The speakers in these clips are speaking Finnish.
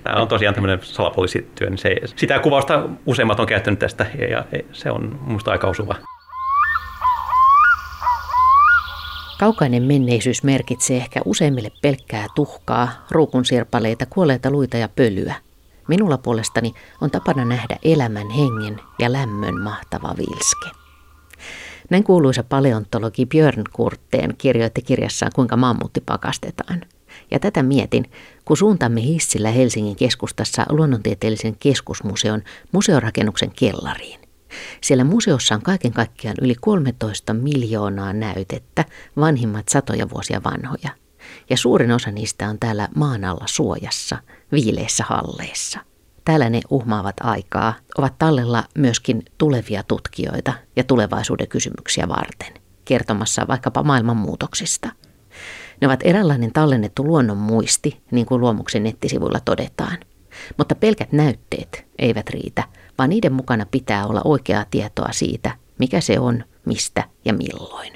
Tämä on tosiaan tämmöinen salapoliisityö, niin sitä kuvausta useimmat on käyttänyt tästä ja se on minusta aika osuva. Kaukainen menneisyys merkitsee ehkä useimmille pelkkää tuhkaa, ruukunsirpaleita, kuolleita luita ja pölyä. Minulla puolestani on tapana nähdä elämän, hengen ja lämmön mahtava vilske. Näin kuuluisa paleontologi Björn Kurten kirjoitti kirjassaan, kuinka mammutti pakastetaan. Ja tätä mietin, kun suuntaamme hissillä Helsingin keskustassa Luonnontieteellisen keskusmuseon museorakennuksen kellariin. Siellä museossa on kaiken kaikkiaan yli 13 miljoonaa näytettä, vanhimmat satoja vuosia vanhoja. Ja suurin osa niistä on täällä maan alla suojassa, viileissä halleissa. Täällä ne uhmaavat aikaa, ovat tallella myöskin tulevia tutkijoita ja tulevaisuuden kysymyksiä varten, kertomassa vaikkapa maailman muutoksista. Ne ovat eräänlainen tallennettu luonnon muisti, niin kuin Luomuksen nettisivuilla todetaan. Mutta pelkät näytteet eivät riitä, vaan niiden mukana pitää olla oikeaa tietoa siitä, mikä se on, mistä ja milloin.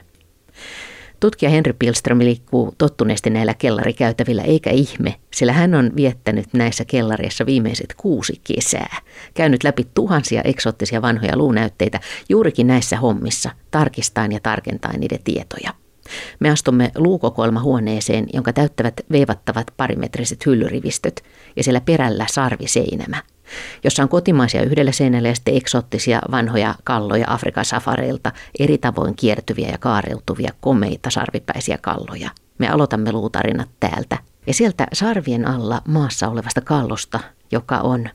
Tutkija Henry Pihlström liikkuu tottuneesti näillä kellarikäytävillä, eikä ihme, sillä hän on viettänyt näissä kellareissa viimeiset 6 kesää. Käynyt läpi tuhansia eksoottisia vanhoja luunäytteitä juurikin näissä hommissa, tarkistaen ja tarkentaen niiden tietoja. Me astumme luukokoelmahuoneeseen, jonka täyttävät veivattavat parimetriset hyllyrivistöt ja siellä perällä sarviseinämä, jossa on kotimaisia yhdellä seinällä ja sitten eksoottisia vanhoja kalloja Afrikan safareilta, eri tavoin kiertyviä ja kaareutuvia komeita sarvipäisiä kalloja. Me aloitamme luutarinat täältä ja sieltä sarvien alla maassa olevasta kallosta, joka on,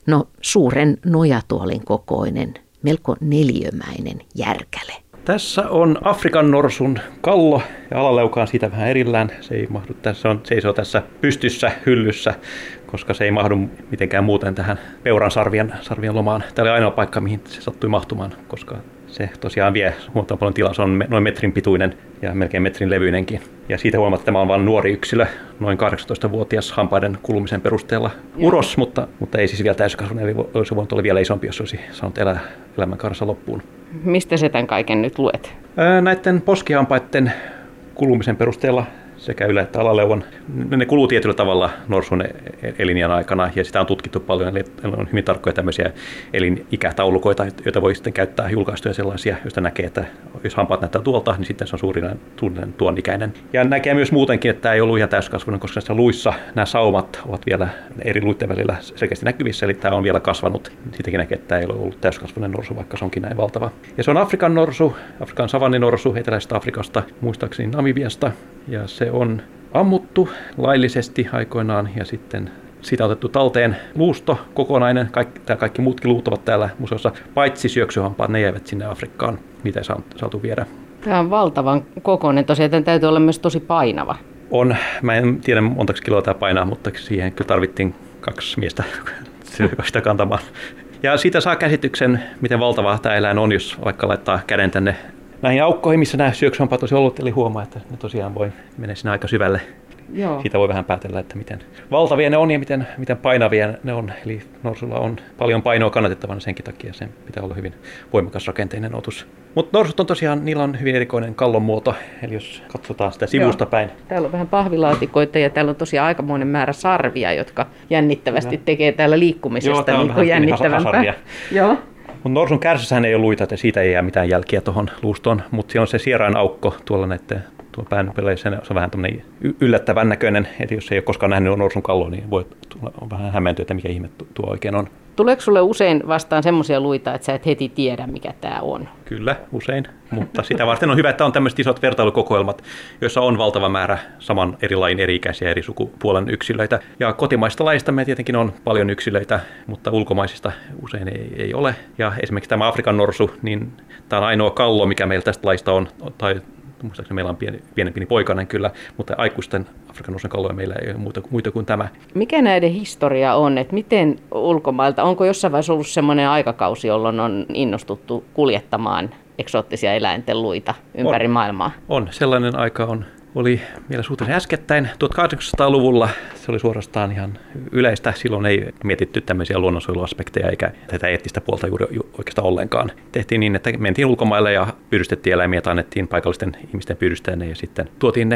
suuren nojatuolin kokoinen, melko neliömäinen järkäle. Tässä on Afrikan norsun kallo ja alaleuka on siitä vähän erillään. Se ei mahdu tässä, seisoo tässä pystyssä hyllyssä, koska se ei mahdu mitenkään muuten tähän peuran sarvien lomaan. Tämä oli ainoa paikka, mihin se sattui mahtumaan, koska se tosiaan vie huomattavan paljon tilaa. Se on noin metrin pituinen ja melkein metrin levyinenkin. Ja siitä huomatta, että tämä on vain nuori yksilö, noin 18-vuotias hampaiden kulumisen perusteella uros, mutta ei siis vielä täyskasvuinen, eli olisi voinut olla vielä isompi, jos olisi saanut elää elämänkaaressa loppuun. Mistä sä tämän kaiken nyt luet? Näiden poskihampaiden kulumisen perusteella sekä ylä- että alaleuvan. Ne kuluu tietyllä tavalla norsun eliniän aikana ja sitä on tutkittu paljon. Eli on hyvin tarkkoja tämmöisiä elinikätaulukoita, joita voi sitten käyttää julkaistuja sellaisia, joista näkee, että jos hampaat näyttää tuolta, niin sitten se on suurin tuon ikäinen. Ja näkee myös muutenkin, että tämä ei ollut ihan täyskasvuinen, koska näissä luissa nämä saumat ovat vielä eri luitten välillä selkeästi näkyvissä, eli tämä on vielä kasvanut. Siitäkin näkee, että tämä ei ole ollut täyskasvuinen norsu, vaikka se onkin näin valtava. Ja se on Afrikan norsu, Afrikan savanninorsu, eteläisestä Afrikasta, muistaakseni Namibiasta, ja se on ammuttu laillisesti aikoinaan ja sitten siitä on otettu talteen luusto kokonainen. Kaikki muutkin luut ovat täällä museossa, paitsi syöksyhampaat, ne jäivät sinne Afrikkaan. Niitä ei saatu viedä. Tämä on valtavan kokoinen. Tosiaan tämän täytyy olla myös tosi painava. On. Mä en tiedä montaksi kiloa tämä painaa, mutta siihen kyllä tarvittiin 2 miestä sitä kantamaan. Ja siitä saa käsityksen, miten valtava tämä eläin on, jos vaikka laittaa käden tänne näihin aukkoihin, missä nämä syöksyhampaat olisi ollut, eli huomaa, että ne tosiaan voi mennä sinne aika syvälle. Joo. Siitä voi vähän päätellä, että miten valtavia ne on ja miten painavia ne on. Eli norsulla on paljon painoa kannatettavana senkin takia, sen pitää olla hyvin voimakas rakenteinen otus. Mutta norsut on tosiaan, niillä on hyvin erikoinen kallon muoto, eli jos katsotaan sitä sivusta päin. Täällä on vähän pahvilaatikoita ja täällä on tosiaan aikamoinen määrä sarvia, jotka jännittävästi tekee täällä liikkumisesta niin jännittävämpää. Joo. Mutta norsun kärsässähän ei ole luita, että siitä ei jää mitään jälkiä tuohon luustoon, mutta siellä on se sierain aukko tuolla näiden pään peleissä, se on vähän tämmöinen yllättävän näköinen, että jos ei ole koskaan nähnyt norsun kalloa, niin voi vähän hämmentyä, että mikä ihme tuo oikein on. Tuleeko sulle usein vastaan semmoisia luita, että sä et heti tiedä, mikä tämä on? Kyllä, usein, mutta sitä varten on hyvä, että on tämmöiset isot vertailukokoelmat, joissa on valtava määrä saman eri lajin eri-ikäisiä eri sukupuolen yksilöitä. Ja kotimaisista lajista me tietenkin on paljon yksilöitä, mutta ulkomaisista usein ei ole. Ja esimerkiksi tämä Afrikan norsu, niin tämä on ainoa kallo, mikä meillä tästä lajista on, tai muistaakseni meillä on pienempi poikainen kyllä, mutta aikuisten Afrikan norsun kalloja meillä ei ole muita kuin tämä. Mikä näiden historia on, että miten ulkomailta, onko jossain vaiheessa ollut semmoinen aikakausi, jolloin on innostuttu kuljettamaan eksoottisia eläinten luita ympäri maailmaa? On, sellainen aika oli vielä suhteellisen äskettäin. 1800-luvulla se oli suorastaan ihan yleistä. Silloin ei mietitty tämmöisiä luonnonsuojeluaspekteja eikä tätä eettistä puolta juuri oikeastaan ollenkaan. Tehtiin niin, että mentiin ulkomaille ja pyydystettiin eläimiä tai annettiin paikallisten ihmisten pyydystää ne ja sitten tuotiin ne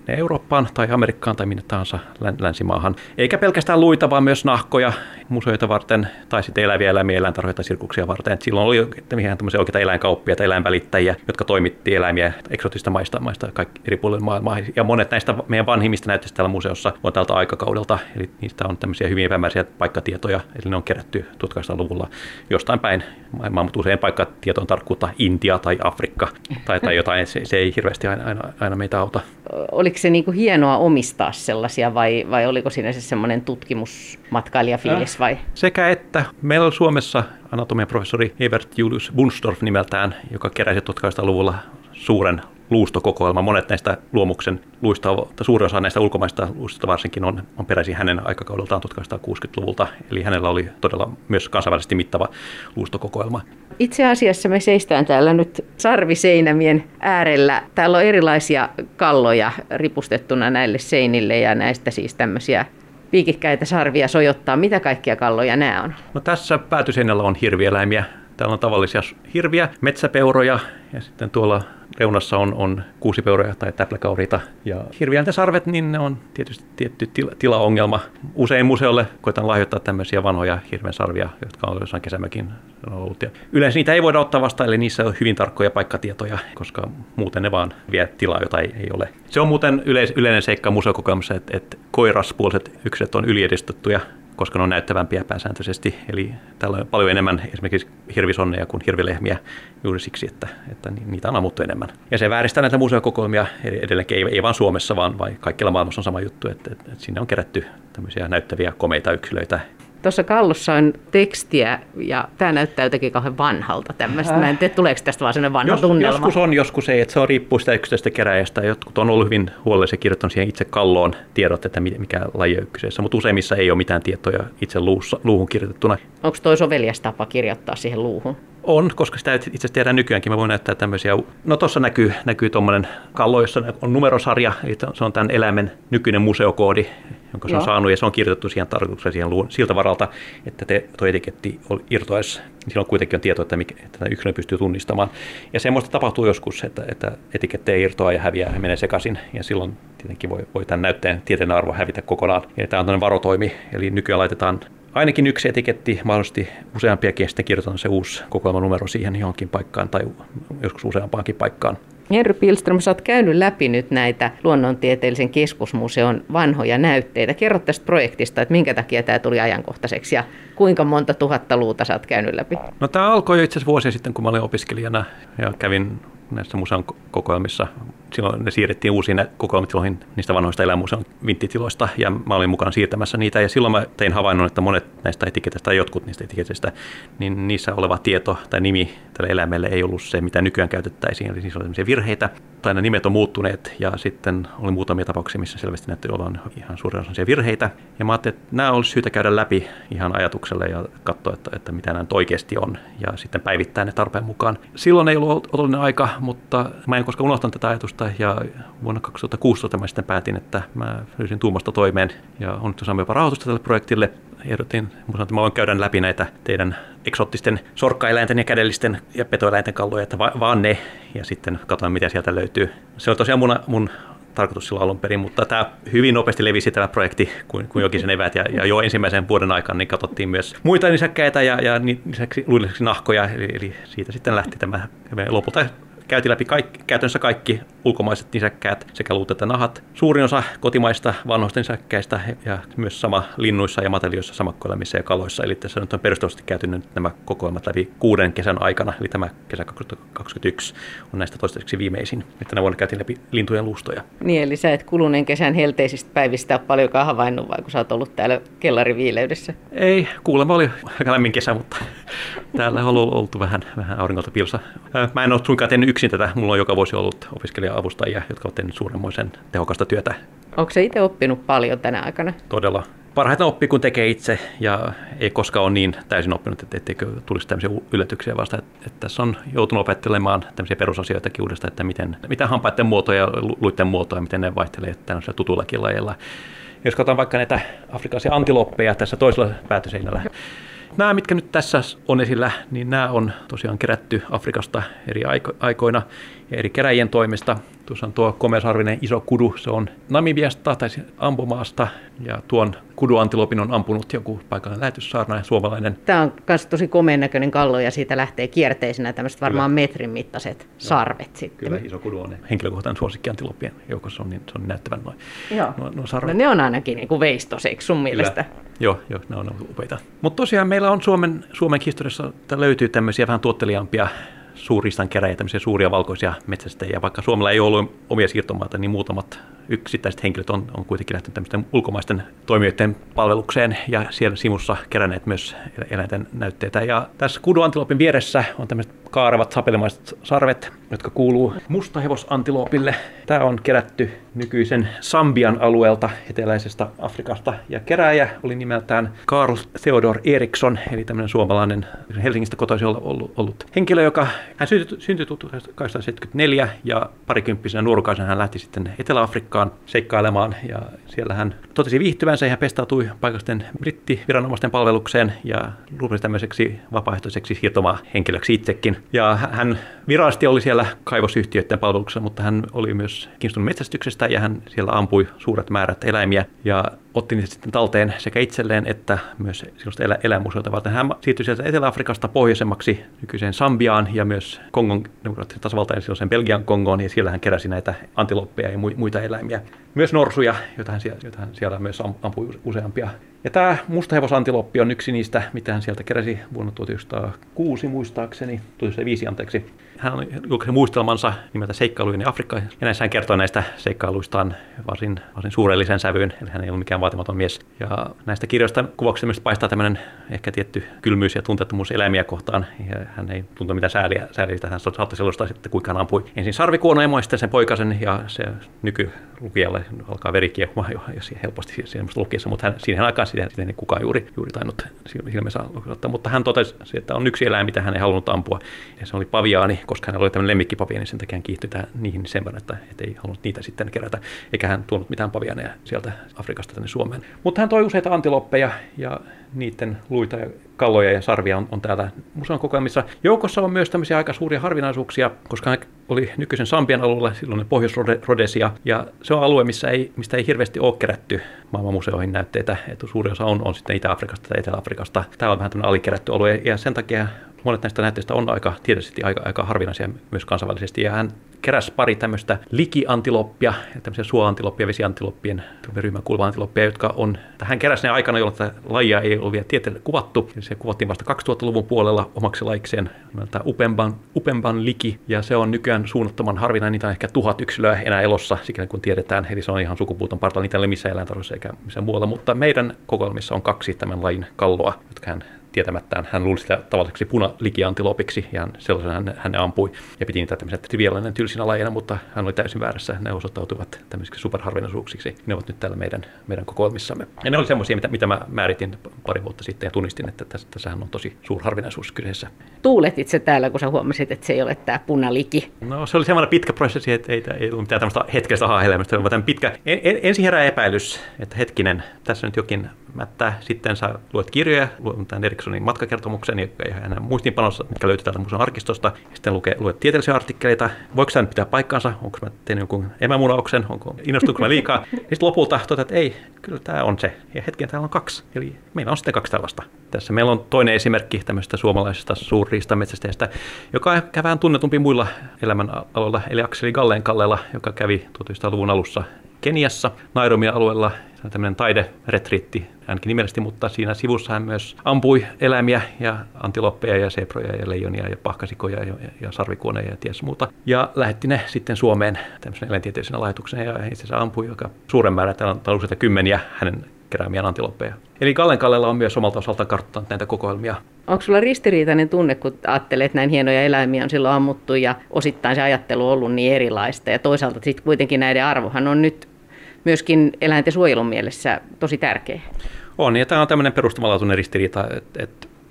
Eurooppaan tai Amerikkaan tai minne tahansa länsimaahan. Eikä pelkästään luita, vaan myös nahkoja museoita varten tai sitten eläviä eläimiä, eläintarhoja, sirkuksia varten. Et silloin oli ihan tämmöisiä oikeita eläinkauppia tai eläinvälittäjiä, jotka toimitti eläimiä eksotista maista kaikki eri puolilla maailmaa. Ja monet näistä meidän vanhimmista näytöistä täällä museossa on tältä aikakaudelta. Eli niistä on tämmöisiä hyvin epämääräisiä paikkatietoja. Eli ne on kerätty 1800-luvulla jostain päin maailmaa, mutta usein paikkatietoon tarkkuutta Intia tai Afrikka tai jotain. Se ei hirveästi aina meitä auta. Oliko se niin kuin hienoa omistaa sellaisia vai oliko siinä se semmoinen tutkimusmatkailijafiilis vai? Sekä että. Meillä on Suomessa anatomian professori Evert Julius Bunstorff nimeltään, joka keräsi 1800-luvulla suuren luustokokoelman. Monet näistä luomuksen luista, suurin osa näistä ulkomaista luustoista varsinkin on peräisin hänen aikakaudeltaan 1860-luvulta. Eli hänellä oli todella myös kansainvälisesti mittava luustokokoelma. Itse asiassa me seistään täällä nyt sarviseinämien äärellä. Täällä on erilaisia kalloja ripustettuna näille seinille ja näistä siis tämmöisiä piikikkäitä sarvia sojottaa. Mitä kaikkia kalloja nämä on? No tässä päätyseinällä on hirvieläimiä. Täällä on tavallisia hirviä, metsäpeuroja ja sitten tuolla reunassa on kuusipeuroja tai täpläkauriita. Ja hirvieläinten sarvet, niin ne on tietysti tietty tilaongelma. Usein museolle koetaan lahjoittaa tämmöisiä vanhoja hirven sarvia, jotka on jossain kesämökin ollut. Ja yleensä niitä ei voida ottaa vastaan, eli niissä on hyvin tarkkoja paikkatietoja, koska muuten ne vaan vie tilaa, jota ei ole. Se on muuten yleinen seikka museokokoelmassa, että koiraspuoliset yksilöt on yliedustettuja, koska ne on näyttävämpiä pääsääntöisesti. Eli täällä on paljon enemmän esimerkiksi hirvisonneja kuin hirvilehmiä juuri siksi, että niitä on ammuttu enemmän. Ja se vääristää näitä museokokoelmia edelleenkin, ei vain Suomessa, vaan kaikkialla maailmassa on sama juttu, että sinne on kerätty tämmöisiä näyttäviä, komeita yksilöitä. Tuossa kallossa on tekstiä ja tämä näyttää jotenkin kauhean vanhalta tämmöistä. Mä en tiedä, tuleeko tästä vaan sellainen vanha tunnelma. Joskus on, joskus ei. Että se riippuu sitä yksittäisestä keräjästä. Jotkut on ollut hyvin huolellisia kirjoittanut siihen itse kalloon tiedot, että mikä laji on kyseessä. Mutta useimmissa ei ole mitään tietoja itse luuhun kirjoitettuna. Onko toi sovelias tapa kirjoittaa siihen luuhun? On, koska sitä itse asiassa tehdään nykyäänkin. Mä voin näyttää tämmöisiä. No tuossa näkyy tuommoinen kallo, jossa on numerosarja. Eli se on tämän eläimen nykyinen museokoodi, jonka se on saanut. Ja se on kirjoitettu siihen tarkoitukseen siihen luun siltä varalta, että tuo etiketti irtoaisi. Silloin kuitenkin on tieto, että tämä yksilö pystyy tunnistamaan. Ja semmoista tapahtuu joskus, että etikettejä irtoaa ja häviää ja menee sekaisin. Ja silloin tietenkin voi tämän näytteen tieteellinen arvo hävitä kokonaan. Ja tämä on tämmöinen varotoimi. Eli nykyään laitetaan ainakin yksi etiketti, mahdollisesti useampiakin, ja sitten kirjoitetaan se uusi kokoelmanumero siihen johonkin paikkaan tai joskus useampaankin paikkaan. Henry Pihlström, sä oot käynyt läpi nyt näitä Luonnontieteellisen keskusmuseon vanhoja näytteitä. Kerro tästä projektista, että minkä takia tämä tuli ajankohtaiseksi ja kuinka monta tuhatta luuta sä oot käynyt läpi? No tämä alkoi jo itse asiassa vuosia sitten, kun mä olin opiskelijana ja kävin näissä museon kokoelmissa. Silloin ne siirrettiin uusiin kokoelmatiloihin niistä vanhoista eläinmuseon vinttitiloista ja mä olin mukana siirtämässä niitä. Ja silloin mä tein havainnon, että monet näistä etiketeistä tai jotkut niistä etiketeistä, niin niissä oleva tieto tai nimi tälle eläimelle ei ollut se, mitä nykyään käytettäisiin. Eli niissä oli sellaisia virheitä tai ne nimet on muuttuneet ja sitten oli muutamia tapauksia, missä selvästi näytti olevan ihan suuria virheitä. Ja mä ajattelin, että nämä olisi syytä käydä läpi ihan ajatukselle ja katsoa, että mitä nämä oikeasti on ja sitten päivittää ne tarpeen mukaan. Silloin ei ollut otollinen aika, mutta mä en koskaan unohtanut tätä ajatusta ja vuonna 2016 mä sitten päätin, että mä ryhdyin tuumasta toimeen ja onnistui saamaan jopa rahoitusta tälle projektille. Ehdotin, että mä voin käydä läpi näitä teidän eksoottisten sorkkaeläinten ja kädellisten ja petoeläinten kalloja, että vaan ne ja sitten katsotaan mitä sieltä löytyy. Se on tosiaan mun tarkoitus silloin alun perin, mutta tämä hyvin nopeasti levisi tämä projekti kuin Jokisen eväät ja jo ensimmäisen vuoden aikana niin katsottiin myös muita nisäkkäitä ja lisäksi nahkoja, eli siitä sitten lähti tämä lopulta. Käytiin läpi käytännössä kaikki ulkomaiset nisäkkäät sekä luut että nahat. Suurin osa kotimaista vanhoista nisäkkäistä ja myös sama linnuissa ja matelioissa, samakkoeläimissä ja kaloissa. Eli tässä nyt on perustellisesti käyty nämä kokoelmat läpi 6 kesän aikana, eli tämä kesä 2021 on näistä toistaiseksi viimeisin. Tänä vuonna käytiin läpi lintujen luustoja. Niin, eli sä et kuluneen kesän helteisistä päivistä ole paljonkaan havainnut, vai kun sä oot ollut täällä kellariviileydessä? Ei, kuulemma oli aika lämmin kesä, mutta täällä on oltu vähän auringolta pilsa. Mä en ole suinkaan tehnyt yksin tätä. Mulla on joka vuosi ollut opiskelija-avustajia, jotka ovat tehneet suuremmoisen tehokasta työtä. Onko se itse oppinut paljon tänä aikana? Todella. Parhaiten oppii, kun tekee itse ja ei koskaan ole niin täysin oppinut, etteikö tulisi tämmöisiä yllätyksiä vasta. Että tässä on joutunut opettelemaan tämmöisiä perusasioitakin uudestaan, että miten hampaiden muotoja ja luitten muotoja, miten ne vaihtelee tämmöisillä tutuillakin lajeilla. Jos katsotaan vaikka näitä afrikkalaisia antiloppeja tässä toisella päätöseinällä. Nämä, mitkä nyt tässä on esillä, niin nämä on tosiaan kerätty Afrikasta eri aikoina. ja eri keräjien toimesta. Tuossa on tuo komeasarvinen iso kudu, se on Namibiasta tai Ambomaasta, ja tuon kuduantilopin on ampunut joku paikallinen lähetyssaarnaaja, suomalainen. Tämä on myös tosi komeen näköinen kallo, ja siitä lähtee kierteisenä tämmöiset varmaan metrin mittaiset sarvet sitten. Kyllä, iso kudu on henkilökohtainen suosikkiantilopien joukossa, se on niin näyttävän noin sarvet. No ne on ainakin niin kuin veistoseiksi sun mielestä. Joo, ne on upeita. Mutta tosiaan meillä on Suomen historiassa löytyy tämmöisiä vähän tuotteliaampia suuristan keräjiä, tämmöisiä suuria valkoisia metsästäjiä. Vaikka Suomella ei ollut omia siirtomaita, niin muutamat yksittäiset henkilöt on kuitenkin lähtenyt tämmöisten ulkomaisten toimijoiden palvelukseen ja siellä sivussa keränneet myös eläinten näytteitä. Ja tässä kuduantilopin vieressä on tämmöiset kaarevat sapelimaiset sarvet, jotka kuuluu mustahevosantilopille. Tämä on kerätty nykyisen Sambian alueelta eteläisestä Afrikasta. Ja kerääjä oli nimeltään Carl Theodor Eriksson, eli tämmöinen suomalainen Helsingistä kotoisin ollut henkilö, joka hän syntyi 1874 ja parikymppisenä nuorukaisena hän lähti sitten Etelä-Afrikkaan seikkailemaan. Ja siellä hän totesi viihtyvänsä ja hän pestautui paikallisten brittiviranomaisten palvelukseen ja rupesi tämmöiseksi vapaaehtoiseksi siirtomaahenkilöksi itsekin. Ja hän virallisesti oli siellä kaivosyhtiöiden palveluksessa, mutta hän oli myös kiinnostunut metsästyksestä ja hän siellä ampui suuret määrät eläimiä ja otti niitä sitten talteen sekä itselleen että myös silloista eläinmuseota varten. Hän siirtyi sieltä Etelä-Afrikasta pohjoisemmaksi nykyiseen Sambiaan ja myös Kongon demokraattisen tasavaltaan, silloisen Belgian Kongoon, ja siellä hän keräsi näitä antiloppeja ja muita eläimiä. Myös norsuja, joita hän siellä myös ampui useampia. Ja tämä mustahevosantiloppi on yksi niistä, mitä hän sieltä keräsi vuonna 1906 muistaakseni, 1905 anteeksi. Hän julkaisi muistelmansa nimeltä Seikkailujen Afrikka, ja näissä hän kertoi näistä seikkailuistaan varsin suurellisen sävyyn, eli hän ei ollut mikään vaatimaton mies. Ja näistä kirjoista kuvauksista myös paistaa tämmöinen ehkä tietty kylmyys ja tunteettomuus eläimiä kohtaan, ja hän ei tuntunut mitään sääliä sitä, hän saattoi selostaa sitten, kuinka hän ampui ensin sarvikuonoa ja sitten sen poikasen, ja se nykylukijalle alkaa veri kiehumaan jo helposti semmoista lukiessa, mutta siihen aikaan sitten ei kukaan juuri tainnut silmänsä ottaa, mutta hän totesi, että on yksi eläin, mitä hän ei halunnut ampua, ja se oli paviaani, koska hänellä oli tämmöinen lemmikkipavia, niin sen takia hän kiihtyi niihin sen verran, että ei halunnut niitä sitten kerätä, eikä hän tuonut mitään paviaaneja sieltä Afrikasta tänne Suomeen. Mutta hän toi useita antiloppeja ja niiden luita ja kalloja ja sarvia on täällä museon kokoelmissa. Joukossa on myös tämmöisiä aika suuria harvinaisuuksia, koska hän oli nykyisen Sambian alueella, silloin Pohjois-Rhodesia, ja se on alue, mistä ei hirveästi ole kerätty maailman museoihin näytteitä, että suuri osa on sitten Itä-Afrikasta tai Etelä-Afrikasta. Tämä on vähän tämmöinen alikerätty alue, ja sen takia monet näistä näytteistä on tietysti aika harvinaisia myös kansainvälisesti, ja hän keräsi pari tämmöistä likiantiloppia, tämmöisiä suoantiloppia, vesiantiloppien ryhmän kuuluvaa antiloppia, jotka on, hän keräsi ne aikana, jolloin tätä lajia ei ollut vielä tieteelle kuvattu, ja se kuvattiin vasta 2000-luvun puolella omaksi lajikseen nimeltä Upemban liki, ja se on nykyään suunnattoman harvinainen, niitä on ehkä 1000 yksilöä enää elossa, sikäli kun tiedetään, eli se on ihan sukupuuton partalla, niitä ei ole missään eläintarhoissa eikä missään muualla, mutta meidän kokoelmissa on 2 tämän lajin kalloa, jotka hän tietämättään hän luuli sitä tavalliseksi punalikiantilopiksi ja sellaisen hän ampui ja piti niitä tämmöisenä triviaalinen tylsinä lajina, mutta hän oli täysin väärässä. Ne osoittautuivat tämmöisiksi superharvinaisuuksiksi. Ne ovat nyt täällä meidän kokoelmissamme. Ja ne oli semmoisia, mitä mä määritin pari vuotta sitten ja tunnistin, että tässähän on tosi suurharvinaisuus kyseessä. Tuuletit se täällä, kun sä huomasit, että se ei ole tämä punaliki? No se oli semmoinen pitkä prosessi, että ei ollut mitään tämmöistä hetkestä aha-elämästä, vaan tämän pitkä. Ensin herää epäilys, että hetkinen, tässä nyt jokin mättää. Sitten sä luet kirjoja, luet tämän Erikssonin matkakertomuksen ja hänen muistiinpanossa, mitkä löytyy täältä museon arkistosta. Ja sitten luet tieteellisiä artikkeleita. Voiko tämä nyt pitää paikkaansa? Onko mä tehnyt jonkun emämunauksen? Innostunko mä liikaa? Ja sitten lopulta toteat, että ei, kyllä tämä on se. Ja hetken täällä on 2. Eli meillä on sitten 2 tällaista. Tässä meillä on toinen esimerkki tämmöisestä suomalaisesta suurriistametsästäjästä, joka on vähän tunnetumpi muilla elämänaloilla, eli Akseli Gallen-Kallella, joka kävi 1900-luvun alussa Keniassa, Nairobin alueella. Se on tämmöinen taideretriitti ainakin nimellisesti, mutta siinä sivussa hän myös ampui eläimiä ja antiloppeja ja seproja ja leijonia ja pahkasikoja ja sarvikuoneja ja ties muuta. Ja lähetti ne sitten Suomeen tämmöisen eläintieteellisenä lahjoituksena ja itse asiassa ampui joka suuren määrän, täällä on useita kymmeniä hänen keräämiään antiloppeja. Eli Gallen-Kallella on myös omalta osaltaan kartuttanut näitä kokoelmia. Onko sulla ristiriitainen tunne, kun ajattelet, että näin hienoja eläimiä on silloin ammuttu ja osittain se ajattelu on ollut niin erilaista ja toisaalta sitten kuitenkin näiden arvohan on nyt myöskin eläinten suojelun mielessä tosi tärkeä. On, ja tämä on tämmöinen perustavanlaatuinen ristiriita, että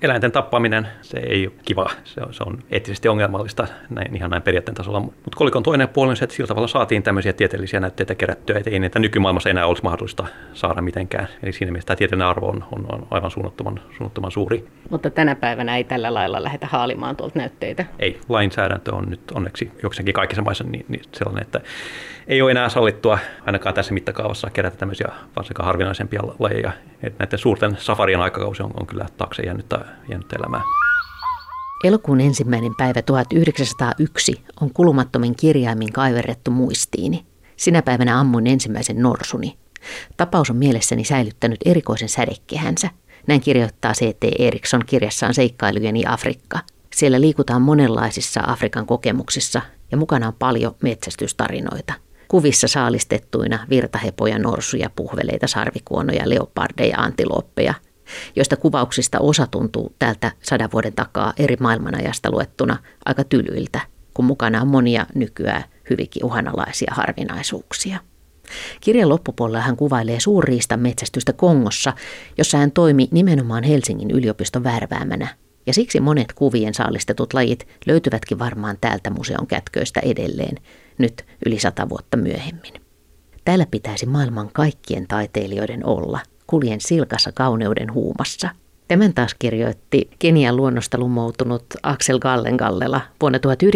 eläinten tappaminen, se ei ole kiva, se on eettisesti ongelmallista ihan näin periaatteen tasolla. Mutta kolikon toinen puoli on se, että sillä tavalla saatiin tämmöisiä tieteellisiä näytteitä kerättyä, että ei niitä nykymaailmassa enää olisi mahdollista saada mitenkään. Eli siinä mielessä tämä tieteellinen arvo on aivan suunnattoman suuri. Mutta tänä päivänä ei tällä lailla lähdetä haalimaan tuolta näytteitä? Ei, lainsäädäntö on nyt onneksi jokseenkin kaikissa maissa niin sellainen, että ei ole enää sallittua ainakaan tässä mittakaavassa kerätä tämmöisiä varsinkaan harvinaisempia lajeja. Että näiden suurten safarien aikakausi on kyllä taakse jäänyt elämää. Elokuun 1. päivä 1901 on kulumattomin kirjaimin kaiverrettu muistiini. Sinä päivänä ammuin ensimmäisen norsuni. Tapaus on mielessäni säilyttänyt erikoisen sädekehänsä. Näin kirjoittaa C.T. Eriksson kirjassaan Seikkailujeni Afrikka. Siellä liikutaan monenlaisissa Afrikan kokemuksissa ja mukana on paljon metsästystarinoita. Kuvissa saalistettuina virtahepoja, norsuja, puhveleita, sarvikuonoja, leopardeja, antilooppeja, joista kuvauksista osa tuntuu täältä 100 vuoden takaa eri maailmanajasta luettuna aika tylyiltä, kun mukana on monia nykyään hyvinkin uhanalaisia harvinaisuuksia. Kirjan loppupuolella hän kuvailee suurriistan metsästystä Kongossa, jossa hän toimi nimenomaan Helsingin yliopiston värväämänä. Ja siksi monet kuvien saalistetut lajit löytyvätkin varmaan täältä museon kätköistä edelleen, nyt yli 100 vuotta myöhemmin. Täällä pitäisi maailman kaikkien taiteilijoiden olla, kuljen silkassa kauneuden huumassa. Tämän taas kirjoitti Kenian luonnosta lumoutunut Axel Gallengallela vuonna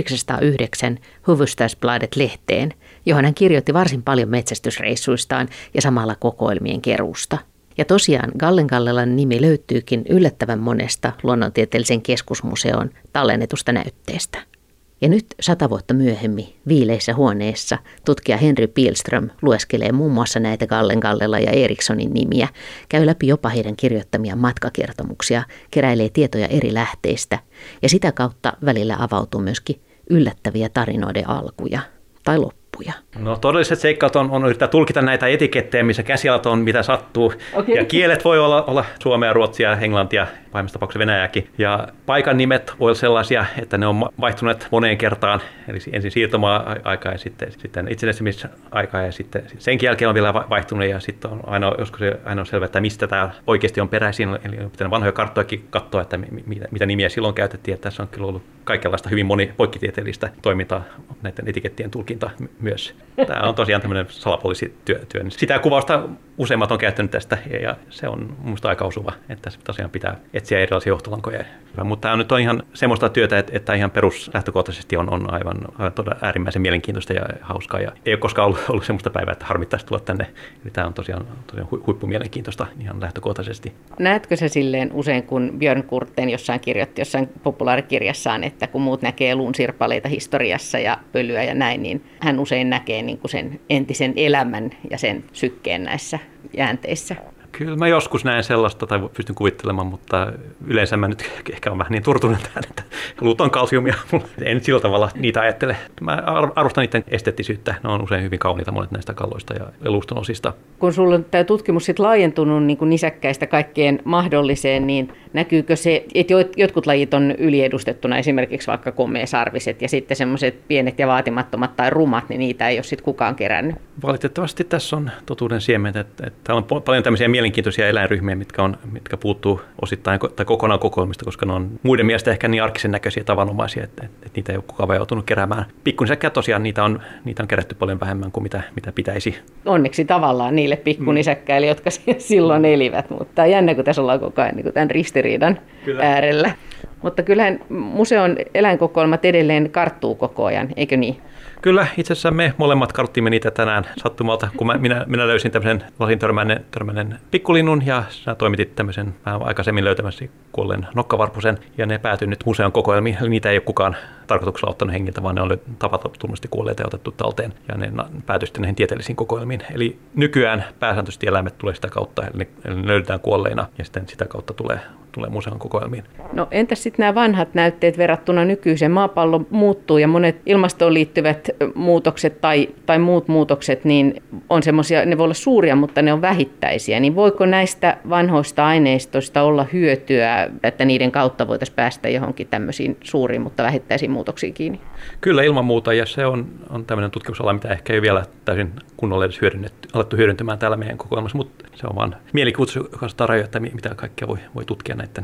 1909 Hufvudstadsbladet-lehteen, johon hän kirjoitti varsin paljon metsästysreissuistaan ja samalla kokoelmien keruusta. Ja tosiaan Gallengallelan nimi löytyykin yllättävän monesta luonnontieteellisen keskusmuseon tallennetusta näytteestä. Ja nyt 100 vuotta myöhemmin viileissä huoneessa tutkija Henry Pihlström lueskelee muun muassa näitä Gallengallela ja Erikssonin nimiä, käy läpi jopa heidän kirjoittamia matkakertomuksia, keräilee tietoja eri lähteistä ja sitä kautta välillä avautuu myöskin yllättäviä tarinoiden alkuja tai loppuja. No todelliset seikkailut on yrittää tulkita näitä etikettejä, missä käsialat on, mitä sattuu. Okay. Ja kielet voi olla suomea, ruotsia, englantia, pahimmassa tapauksessa venäjääkin. Ja paikan nimet voi olla sellaisia, että ne on vaihtuneet moneen kertaan. Eli ensin siirtomaa-aikaa ja sitten itsenäistymisaikaa ja sitten senkin jälkeen on vielä vaihtunut. Ja sitten on joskus aina on selvä, että mistä tämä oikeasti on peräisin. Eli on pitänyt vanhoja karttojakin katsoa, että mitä nimiä silloin käytettiin. Ja tässä on kyllä ollut kaikenlaista hyvin poikkitieteellistä toimintaa näiden etikettien tulkinta myös. Tämä on tosiaan tämmöinen salapoliisityö. Sitä kuvausta useimmat on käyttänyt tästä ja se on minusta aika osuva, että tässä tosiaan pitää etsiä erilaisia johtolankoja. Mutta tämä nyt on ihan semmoista työtä, että ihan peruslähtökohtaisesti on aivan todella äärimmäisen mielenkiintoista ja hauskaa. Ja ei ole koskaan ollut semmoista päivää, että harmittaisi tulla tänne. Eli tämä on tosiaan huippumielenkiintoista ihan lähtökohtaisesti. Näetkö sä silleen usein, kun Björn Kurten kirjoitti jossain populaarikirjassaan, että kun muut näkee luunsirpaleita historiassa ja pölyä ja näin, niin hän usein näkee niin kuin sen entisen elämän ja sen sykkeen näissä jäänteissä? Kyllä mä joskus näen sellaista tai pystyn kuvittelemaan, mutta yleensä mä nyt ehkä on vähän niin turtunut tähän, että luut on kalsiumia. En sillä tavalla niitä ajattele. Mä arvostan niiden esteettisyyttä. Ne on usein hyvin kauniita monet näistä kalloista ja eluston osista. Kun sulla on tämä tutkimus sit laajentunut niin kuin nisäkkäistä kaikkeen mahdolliseen, niin näkyykö se, että jotkut lajit on yliedustettuna, esimerkiksi vaikka komeasarviset ja sitten semmoiset pienet ja vaatimattomat tai rumat, niin niitä ei ole sitten kukaan kerännyt? Valitettavasti tässä on totuuden siementä, että täällä on paljon tämmöisiä mielenkiintoisia eläinryhmiä, mitkä puuttuu osittain tai kokonaan kokoelmista, koska ne on muiden mielestä ehkä niin arkisen näköisiä tavanomaisia, että niitä ei ole kukaan joutunut keräämään. Pikkunisäkkää tosiaan niitä on kerätty paljon vähemmän kuin mitä pitäisi. Onneksi tavallaan niille pikkunisäkkäille, jotka silloin elivät, mutta jännä, kun tässä ollaan koko ajan niin tämän ristiriidan äärellä. Mutta kyllähän museon eläinkokoelmat edelleen karttuu koko ajan, eikö niin? Kyllä, itse asiassa me molemmat karttimme niitä tänään sattumalta, kun minä löysin tämmöisen lasin törmänneen pikkulinnun ja sä toimitit tämmöisen vähän aikaisemmin löytämässä kuolleen nokkavarpusen ja ne päätyi nyt museon kokoelmiin. Eli niitä ei ole kukaan tarkoituksella ottanut hengiltä, vaan ne on tapaturmasti kuolleita ja otettu talteen ja ne päätyi sitten näihin tieteellisiin kokoelmiin. Eli nykyään pääsääntöisesti eläimet tulee sitä kautta, eli ne löydetään kuolleina ja sitten sitä kautta tulee museon kokoelmiin. No entäs sitten nämä vanhat näytteet verrattuna nykyiseen? Maapallo muuttuu ja monet ilmastoon liittyvät muutokset tai muut muutokset, niin on semmoisia, ne voi olla suuria, mutta ne on vähittäisiä. Niin voiko näistä vanhoista aineistoista olla hyötyä, että niiden kautta voitaisiin päästä johonkin tämmöisiin suuriin, mutta vähittäisiin muutoksiin kiinni? Kyllä ilman muuta, ja se on tämmöinen tutkimusala, mitä ehkä ei vielä täysin kunnolla edes alettu hyödyntämään täällä meidän kokoelmassa, mutta se on vaan mielikuvitus, joka tarjoaa, että mitä kaikkea voi tutkia näiden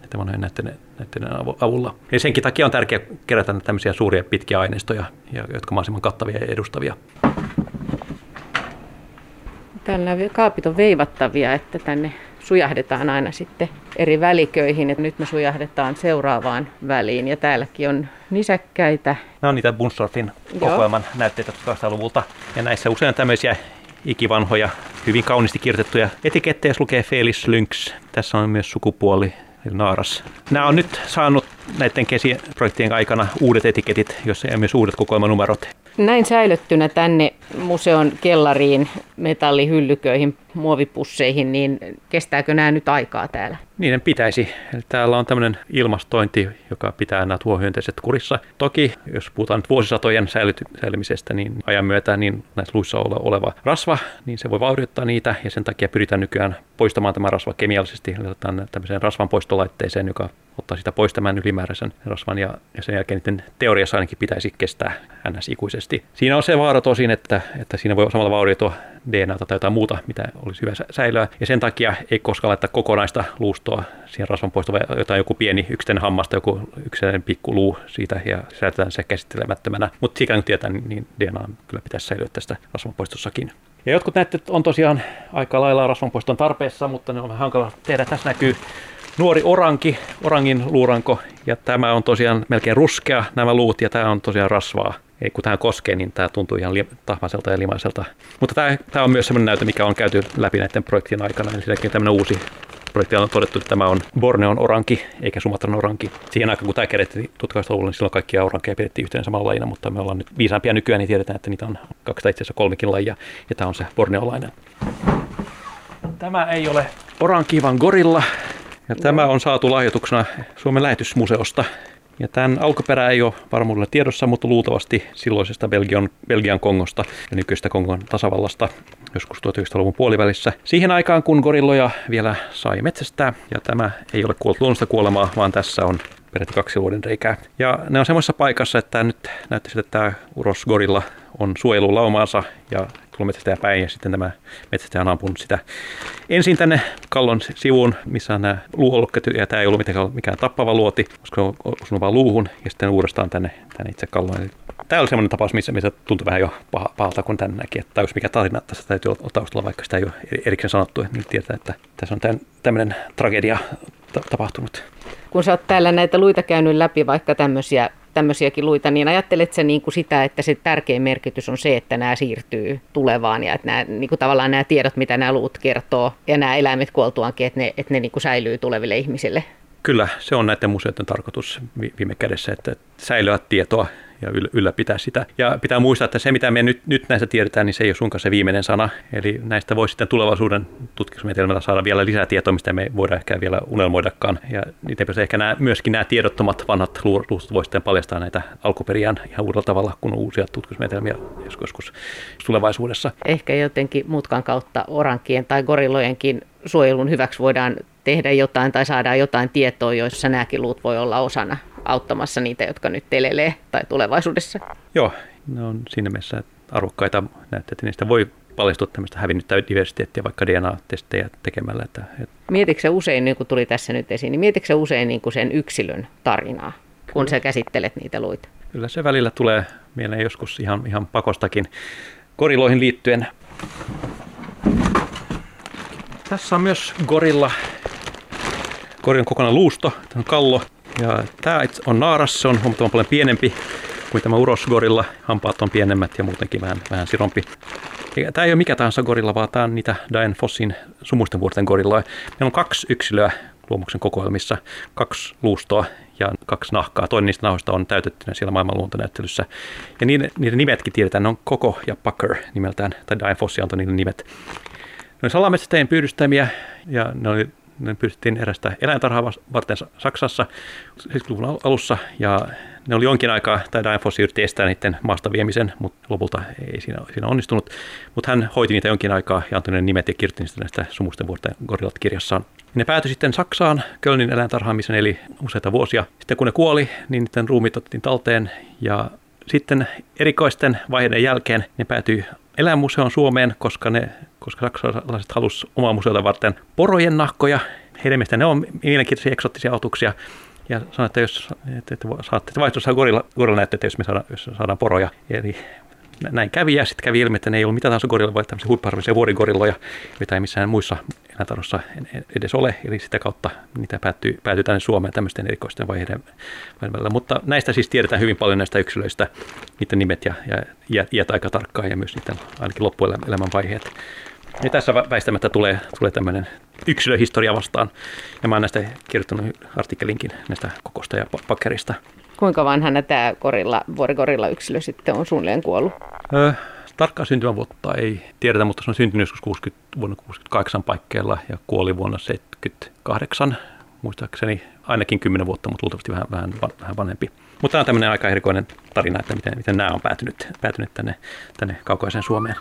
vanhojen näytteiden avulla. Ja senkin takia on tärkeää kerätä tämmöisiä suuria pitkiä aineistoja, jotka mahdollisimman kattavia ja edustavia. Täällä kaapit on veivattavia, että tänne sujahdetaan aina sitten eri väliköihin. Nyt me sujahdetaan seuraavaan väliin ja täälläkin on nisäkkäitä. Nämä on niitä Bunstorfin kokoelman näytteitä 1800-luvulta ja näissä usein tämmöisiä ikivanhoja, hyvin kauniisti kirjoitettuja etikettejä, jos lukee Felis Lynx. Tässä on myös sukupuoli, eli naaras. Nämä on nyt saanut näiden projektien aikana uudet etiketit, joissa on myös uudet kokoelmanumerot. Näin säilyttynä tänne museon kellariin, metallihyllyköihin, muovipusseihin, niin kestääkö nämä nyt aikaa täällä? Niiden pitäisi. Eli täällä on tämmöinen ilmastointi, joka pitää nämä tuohyönteiset kurissa. Toki, jos puhutaan nyt vuosisatojen säilymisestä, niin ajan myötä niin näissä luissa oleva rasva, niin se voi vaurioittaa niitä, ja sen takia pyritään nykyään poistamaan tämä rasva kemiallisesti. Otetaan tämmöiseen rasvanpoistolaitteeseen, joka ottaa sitä pois tämän ylimääräisen rasvan, ja sen jälkeen niiden teoriassa ainakin pitäisi kestää ns-ikuisesti. Siinä on se vaara tosin, että siinä voi samalla vaurioitua DNAta tai jotain muuta, mitä olisi hyvä säilyä. Ja sen takia ei koskaan laittaa kokonaista luustoa siihen rasvanpoistoon, jotain joku pieni yksittäinen hammasta, joku yksittäinen pikku luu siitä ja säilytetään se käsittelemättömänä. Mutta sikäli kun tietää, niin DNA kyllä pitäisi säilyä tästä rasvanpoistossakin. Ja jotkut näytteet on tosiaan aika lailla rasvanpoiston tarpeessa, mutta ne on vähän hankala tehdä. Tässä näkyy nuori orangin luuranko, ja tämä on tosiaan melkein ruskea nämä luut, ja tämä on tosiaan rasvaa. Ei kun tähän koskee, niin tämä tuntuu ihan tahmaiselta ja limaiselta. Mutta tämä on myös sellainen näyte, mikä on käyty läpi näiden projektien aikana. Eli silläkin tämmöinen uusi projekti on todettu, että tämä on Borneon oranki, eikä Sumatran oranki. Siihen aikaan, kun tämä kerättiin 1800-luvulla, niin silloin kaikkia orankeja pidettiin yhteen samalla lajina, mutta me ollaan nyt viisaampia nykyään, niin tiedetään, että niitä on itse asiassa 3 lajia, ja tämä on se borneolainen. Tämä ei ole oranki, vaan gorilla. Ja tämä on saatu lahjoituksena Suomen lähetysmuseosta. Ja tämän alkuperä ei ole varmuudella tiedossa, mutta luultavasti silloisesta Belgian Kongosta ja nykyistä Kongon tasavallasta joskus 1900-luvun puolivälissä. Siihen aikaan, kun gorilloja vielä sai metsästää, ja tämä ei ole kuollut luonnosta kuolemaa, vaan tässä on peräti 2 luodenreikää. Ja ne on semmoisessa paikassa, että nyt näyttäisi, että tämä urosgorilla on suojellut laumaansa ja tullut metsästäjä päin, ja sitten tämä metsästäjä on ampunut sitä ensin tänne kallon sivuun, missä on nämä luuolukket, ja tämä ei ollut mikään tappava luoti, koska se on osunut vaan luuhun, ja sitten uudestaan tänne itse kalloon. Tämä oli semmoinen tapaus, missä tuntui vähän jo pahalta, kun tämän näki, että tämä olisi mikä tarina tässä täytyy olla taustalla, vaikka sitä ei ole erikseen sanottu, että nyt tietää, että tässä on tämmöinen tragedia tapahtunut. Kun sä oot täällä näitä luita käynyt läpi, vaikka tämmöisiäkin luita, niin ajattelet sä niin kuin sitä, että se tärkein merkitys on se, että nämä siirtyy tulevaan ja että nämä, niin kuin tavallaan nämä tiedot, mitä nämä luut kertoo ja nämä eläimet kuoltuankin, että ne niin kuin säilyy tuleville ihmisille? Kyllä, se on näiden museoiden tarkoitus viime kädessä, että säilyä tietoa ja ylläpitää sitä. Ja pitää muistaa, että se mitä me nyt näistä tiedetään, niin se ei ole suinkaan se viimeinen sana. Eli näistä voi sitten tulevaisuuden tutkimusmenetelmällä saada vielä lisää tietoa, mistä me ei voida ehkä vielä unelmoidakaan. Ja niitä ehkä myöskin nämä tiedottomat vanhat luustot voi sitten paljastaa näitä alkuperiään ihan uudella tavalla, kun on uusia tutkimusmenetelmiä joskus tulevaisuudessa. Ehkä jotenkin mutkan kautta orankien tai gorillojenkin suojelun hyväksi voidaan tehdä jotain tai saadaan jotain tietoa, joissa nämäkin luut voi olla osana auttamassa niitä, jotka nyt elelee tai tulevaisuudessa. Joo, ne on siinä mielessä arvokkaita näytteitä. Niistä voi paljastua tämmöistä hävinnyttä diversiteettiä vaikka DNA-testejä tekemällä. Mietitkö sä usein, niin kuin tuli tässä nyt esiin, niin mietitkö sä usein niin kuin sen yksilön tarinaa, kun sä käsittelet niitä luita? Kyllä se välillä tulee mieleen joskus ihan pakostakin gorilloihin liittyen. Tässä on myös gorillan kokonaan luusto, tämä on kallo. Ja tämä on naaras, se on huomattavan paljon pienempi kuin tämä urosgorilla. Hampaat on pienemmät ja muutenkin vähän sirompi. Ja tämä ei ole mikä tahansa gorilla, vaan tämä on niitä Dian Fossin Sumuisten vuorten gorilloja. Meillä on 2 yksilöä luomuksen kokoelmissa, 2 luustoa ja 2 nahkaa. Toinen niistä nahoista on täytettynä siellä maailman luontonäyttelyssä. Ja niiden nimetkin tiedetään, ne on Koko ja Pucker nimeltään, tai Dian Fossi antoi niiden nimet. Ne oli salametsästäjien pyydystämiä ja ne pyydettiin erästä eläintarhaa varten Saksassa 70-luvun alussa, ja ne oli jonkin aikaa, tai Dian Fossi yritti estää niiden maasta viemisen, mutta lopulta ei siinä onnistunut. Mutta hän hoiti niitä jonkin aikaa ja antoi ne nimet ja kirjoitti niistä näistä Sumuisten vuorten gorillat -kirjassaan. Ne päätyi sitten Saksaan, Kölnin eläintarhaan, missä ne eli useita vuosia. Sitten kun ne kuoli, niin niiden ruumiit otettiin talteen, ja sitten erikoisten vaiheiden jälkeen ne päätyi eläinmuseon Suomeen, koska saksalaiset halusivat omaa museota varten porojen nahkoja. heidän mielestään ne on mielenkiintoisia eksoottisia otuksia. Ja sanoin, että jos saatte vaihtoehtoisia gorillanäytteitä, jos saadaan poroja. Eli näin kävi, ja sitten kävi ilmi, että ne ei ollut mitään tahansa gorilla, vaan tämmöisiä huippuharvinaisia vuorigorilloja, joita ei missään muissa eläintarhoissa edes ole. Eli sitä kautta niitä päätyy tänne Suomeen tämmöisten erikoisten vaiheiden välillä. Mutta näistä siis tiedetään hyvin paljon näistä yksilöistä, niiden nimet ja iät aika tarkkaan, ja myös niiden ainakin loppuelämän vaiheet. Ja tässä väistämättä tulee tämmöinen yksilöhistoria vastaan. Ja mä oon näistä kirjoittanut artikkelinkin näistä kokosta ja pakkerista. Kuinka vanhana tämä vuorigorilla-yksilö sitten on suunnilleen kuollut? Tarkkaa syntymävuotta ei tiedetä, mutta se on syntynyt joskus vuonna 68 paikkeilla ja kuoli vuonna 78. Muistaakseni ainakin 10 vuotta, mutta luultavasti vähän vanhempi. Mutta tämä on tämmöinen aika erikoinen tarina, että miten nämä on päätynyt tänne kaukaiseen Suomeen.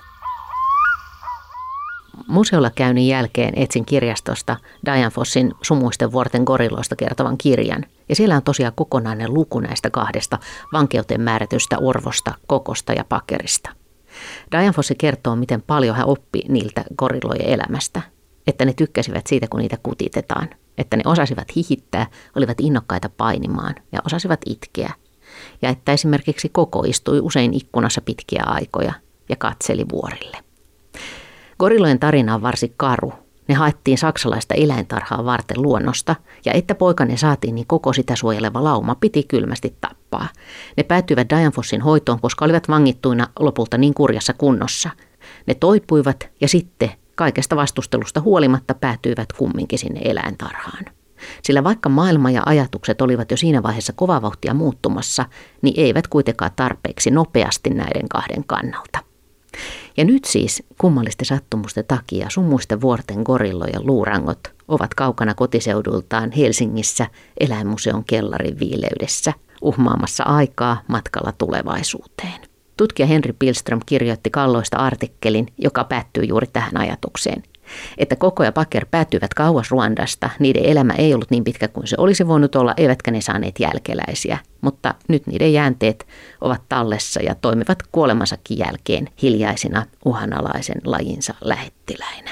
Museolla käynnin jälkeen etsin kirjastosta Dajanfossin Sumuisten vuorten gorilloista kertovan kirjan. Ja siellä on tosiaan kokonainen luku näistä 2 vankeuteen määrätystä orvosta, kokosta ja pakkerista. Dajanfossi kertoo, miten paljon hän oppi niiltä gorillojen elämästä. Että ne tykkäsivät siitä, kun niitä kutitetaan. Että ne osasivat hihittää, olivat innokkaita painimaan ja osasivat itkeä. Ja että esimerkiksi koko istui usein ikkunassa pitkiä aikoja ja katseli vuorille. Gorillojen tarina on varsin karu. Ne haettiin saksalaista eläintarhaa varten luonnosta, ja että poikane saatiin, niin koko sitä suojeleva lauma piti kylmästi tappaa. Ne päätyivät Dajanfossin hoitoon, koska olivat vangittuina lopulta niin kurjassa kunnossa. Ne toipuivat ja sitten kaikesta vastustelusta huolimatta päätyivät kumminkin sinne eläintarhaan. Sillä vaikka maailma ja ajatukset olivat jo siinä vaiheessa kovaa vauhtia muuttumassa, niin eivät kuitenkaan tarpeeksi nopeasti näiden 2 kannalta. Ja nyt siis kummallisten sattumusten takia Sumuisten vuorten gorillojen luurangot ovat kaukana kotiseudultaan Helsingissä eläinmuseon kellarin viileydessä uhmaamassa aikaa matkalla tulevaisuuteen. Tutkija Henri Pihlström kirjoitti Kalloista artikkelin, joka päättyy juuri tähän ajatukseen. Että Koko ja Paker päätyivät kauas Ruandasta, niiden elämä ei ollut niin pitkä kuin se olisi voinut olla, eivätkä ne saaneet jälkeläisiä. Mutta nyt niiden jäänteet ovat tallessa ja toimivat kuolemansakin jälkeen hiljaisina uhanalaisen lajinsa lähettiläinä.